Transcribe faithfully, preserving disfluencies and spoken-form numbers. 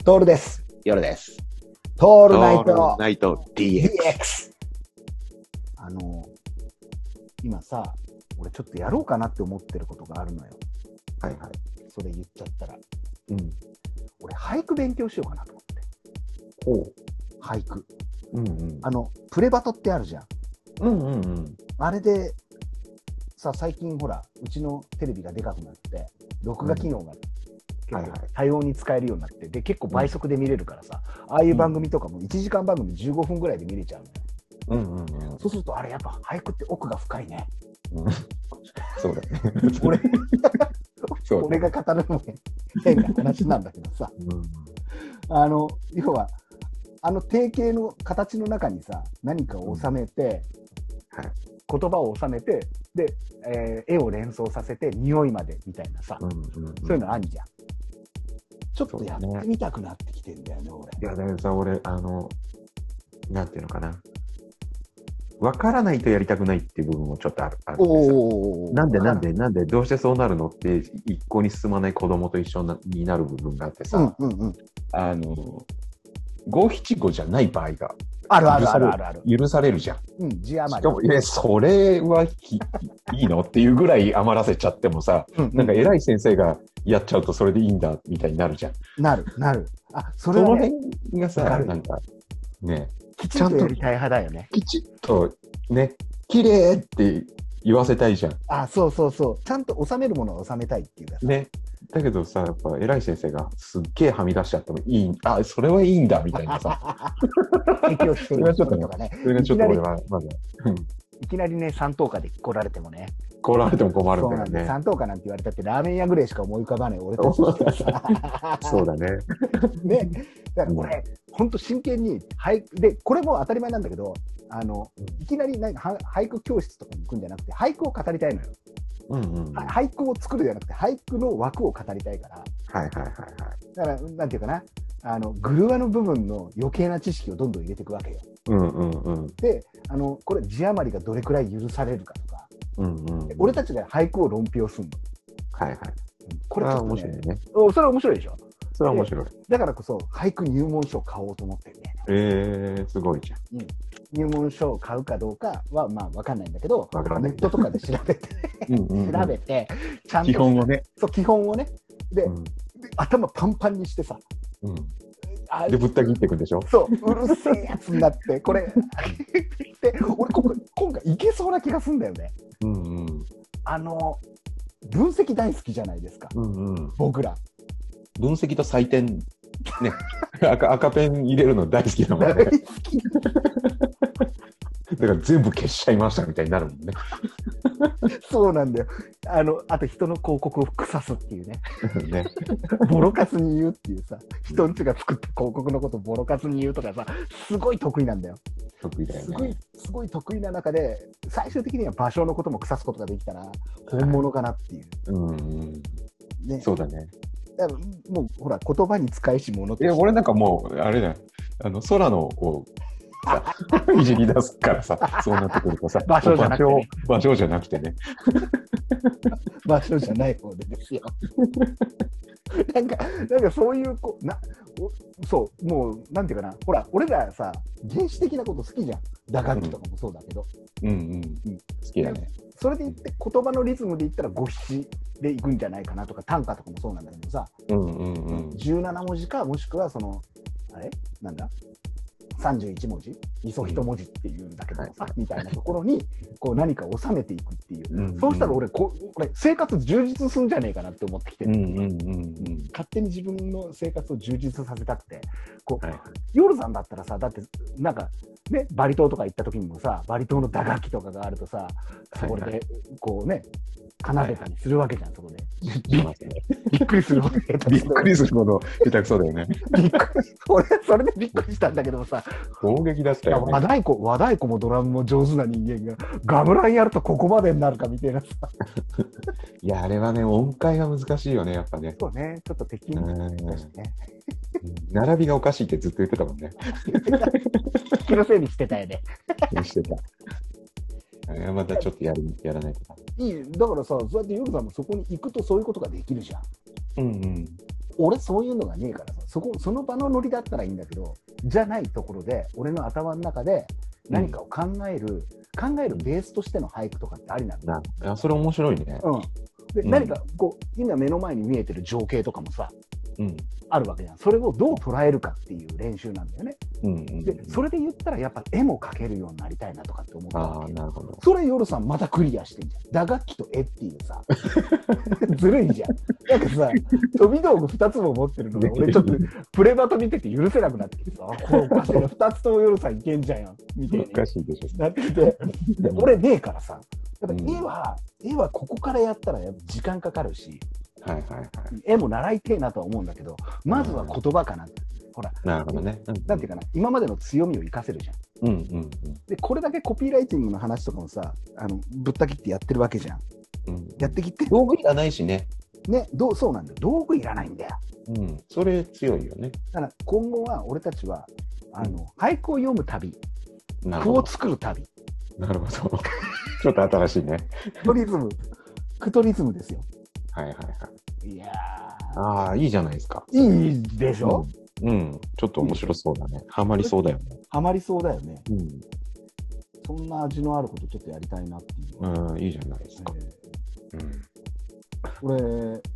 トールです。 夜です。 トールナイトナイト ディーエックス。 ディーエックス。あの、今さ、俺ちょっとやろうかなって思ってることがあるのよ。 はいはい。 それ言っちゃったら。 うん。 俺俳句勉強しようかなと思って。 ほう。 俳句。 うんうん。 あの、プレバトってあるじゃん。 うんうんうん。 あれで、さ、最近ほら、うちのテレビがでかくなって、録画機能が、結構多様に使えるようになって、で、結構倍速で見れるからさ、ああいう番組とかもいちじかん番組じゅうごふんぐらいで見れちゃうのよ。うんうんうん。そうすると、あれやっぱ俳句って奥が深いね。 うん、そうだね。 俺そう俺が語るのも変な話なんだけどさ、うん、あの要はあの定型の形の中にさ何かを収めて、うん、はい、言葉を収めてで、えー、絵を連想させて匂いまでみたいなさ、うんうんうん、そういうのあんじゃん。ちょっとやってみたくなってきてんだよね、俺。 いやだからさ、俺あのなんていうのかな、分からないとやりたくないっていう部分もちょっとある。あるんでなんでなんでなんでどうしてそうなるのって一向に進まない子供と一緒になる部分があってさ、うんうんうん、あの五七五じゃない場合があるあるあるあるある許されるじゃん。 うん、字余り。 しかもえそれはいいのっていうぐらい余らせちゃってもさ、うんうん、なんか偉い先生がやっちゃうとそれでいいんだみたいになるじゃん。 なるなる。あ、それはね、 その辺がさ、なんかね。 きちんとやりたい派だよね。 きちっとね、綺麗って言わせたいじゃん。 あ、そうそうそう。ちゃんと収めるものは収めたいっていうかさ。 ね。だけどさ、やっぱ偉い先生がすっげえはみ出しちゃってもいい、あ、それはいいんだみたいなさ。 影響してるとかね。それがちょっと俺はまだ。 いきなりね、三等価で来られてもね。 来られても困るんだよね。 三等価なんて言われたってラーメン屋ぐらいしか思い浮かばない俺たちとしてはさ。 そうだね。 ね。だからこれ、ほんと真剣に俳句で、これも当たり前なんだけど、あの、いきなりなんか俳句教室とかに行くんじゃなくて、俳句を語りたいのよ。うんうんうん、俳句を作るじゃなくて、俳句の枠を語りたいから。はいはいはいはい。だから、なんていうかな、あの、グルワの部分の余計な知識をどんどん入れていくわけよ。うんうんうん。で、あの、これ字余りがどれくらい許されるかとか、うんうんうん、俺たちが俳句を論評するの。はいはい。これちょっと、ね、面白いね。それは面白いでしょ。 それは面白い。 だからこそ俳句入門書を買おうと思ってるね。 えー、すごいじゃん。 うん、入門書を買うかどうかはまあ分かんないんだけど、ネットとかで調べてうんうん、うん、調べてちゃんと基本をね、 そう基本をね、で、うん、で頭パンパンにしてさ、うん、 でぶった切っていくんでしょ。 そううるせえやつになってこれで俺今回今回いけそうな気がするんだよね。うんうん、あの分析大好きじゃないですか、うんうん、僕ら。 分析と採点ね赤, 赤ペン入れるの大好きだもんね。大好きだから全部消しちゃいましたみたいになるもんね。 そうなんだよ。あのあと人の広告を腐すっていうね。ねボロカスに言うっていうさ、人んちが作った広告のことをボロカスに言うとかさ、すごい得意なんだよ。 得意だよね。 すごいすごい得意な中で最終的には場所のことも腐すことができたら本物かなっていう。うん、 ね、そうだね。 もうほら言葉に使いし者として。 いや俺なんかもうあれだよ、あの空のをいじり出すからさ、そうなってくるとさ、 場所じゃなくて、ね、 場所じゃなくてね。 場所じゃない方でですよ。なんか、なんかそういうこな、そう、もう、なんていうかな、ほら、俺らさ、原始的なこと好きじゃん。打楽器とかもそうだけど。うんうん、うん、 好きだね。 それで言って言葉のリズムで言ったら五七でいくんじゃないかなとか、短歌とかもそうなんだけどさ、うんうんうん、じゅうなな文字かもしくはそのあれなんださんじゅういち文字みそ一文字っていうんだけどさ、うん、みたいなところにこう何か収めていくっていう、うんうん、そうしたら俺こ俺生活充実するんじゃねえかなって思ってきてる、うんうんうんうん、勝手に自分の生活を充実させたくてこう、はい、夜さんだったらさ、だってなんかね、バリ島とか行った時にもさ、バリ島の打楽器とかがあるとさ、そこでこうね、奏でたりするわけじゃん、そこで。びっくりするわけ。 びっくりするほど下手くそだよね。 びっくり、俺、それでびっくりしたんだけどさ、 衝撃だったよね。 和太鼓、和太鼓もドラムも上手な人間が、ガムランやるとここまでになるかみたいなさ。 いや、あれはね、音階が難しいよね、やっぱね。 そうね、ちょっと敵にだしね。 並びがおかしいってずっと言ってたもんね。 気のせいにしてたよね。 してた。またちょっとやるやらないとか。 いい、だからさ、そうやって夜さんもそこに行くとそういうことができるじゃん。うんうん。 俺そういうのがねえからさ、そこその場のノリだったらいいんだけど、じゃないところで俺の頭の中で何かを考える、うん、考えるベースとしての俳句とかってありなんだ。 いやそれ面白いね。 うん。で、うん、何かこう今目の前に見えてる情景とかもさ、うん、あるわけじゃん。それをどう捉えるかっていう練習なんだよね。うんうんうん、でそれで言ったらやっぱ絵も描けるようになりたいなとかって思ったわけ。あ、なるほど。それ夜さんまたクリアしてんじゃん。打楽器と絵っていうさずるいじゃん。なんかさ飛び道具ふたつも持ってるのが俺ちょっとプレバト見てて許せなくなってきてさ、これおかしいな、ふたつとも夜さんいけんじゃんよみたいな。 おかしいでしょ。 なってきてで俺ねえからさ、やっぱ絵は、うん、絵はここからやったらやっぱ時間かかるし。はいはいはい、絵も習いてえなとは思うんだけど、まずは言葉かなって、うん、ほら、 なるほどね、うん、 なんていうかな、今までの強みを生かせるじゃん。うんうんうん、でこれだけコピーライティングの話とかもさ、あのぶった切ってやってるわけじゃん。うん、やってきて道具いらないしね。 ね、どうそうなんだよ、道具いらないんだよ。 うん、それ強いよね。 だから今後は俺たちはあの、うん、俳句を読む旅、句を作る旅。 なるほど。ちょっと新しいね。 クトリズム、クトリズムですよ。 はいはいはい。 いやー。ああ、いいじゃないですか。 いいでしょ、 うん、うん。ちょっと面白そうだね。ハマりそうだよね。 ハマりそうだよね。うん。そんな味のあることちょっとやりたいなっていう。 うん、いいじゃないですか。えー、 うん。俺、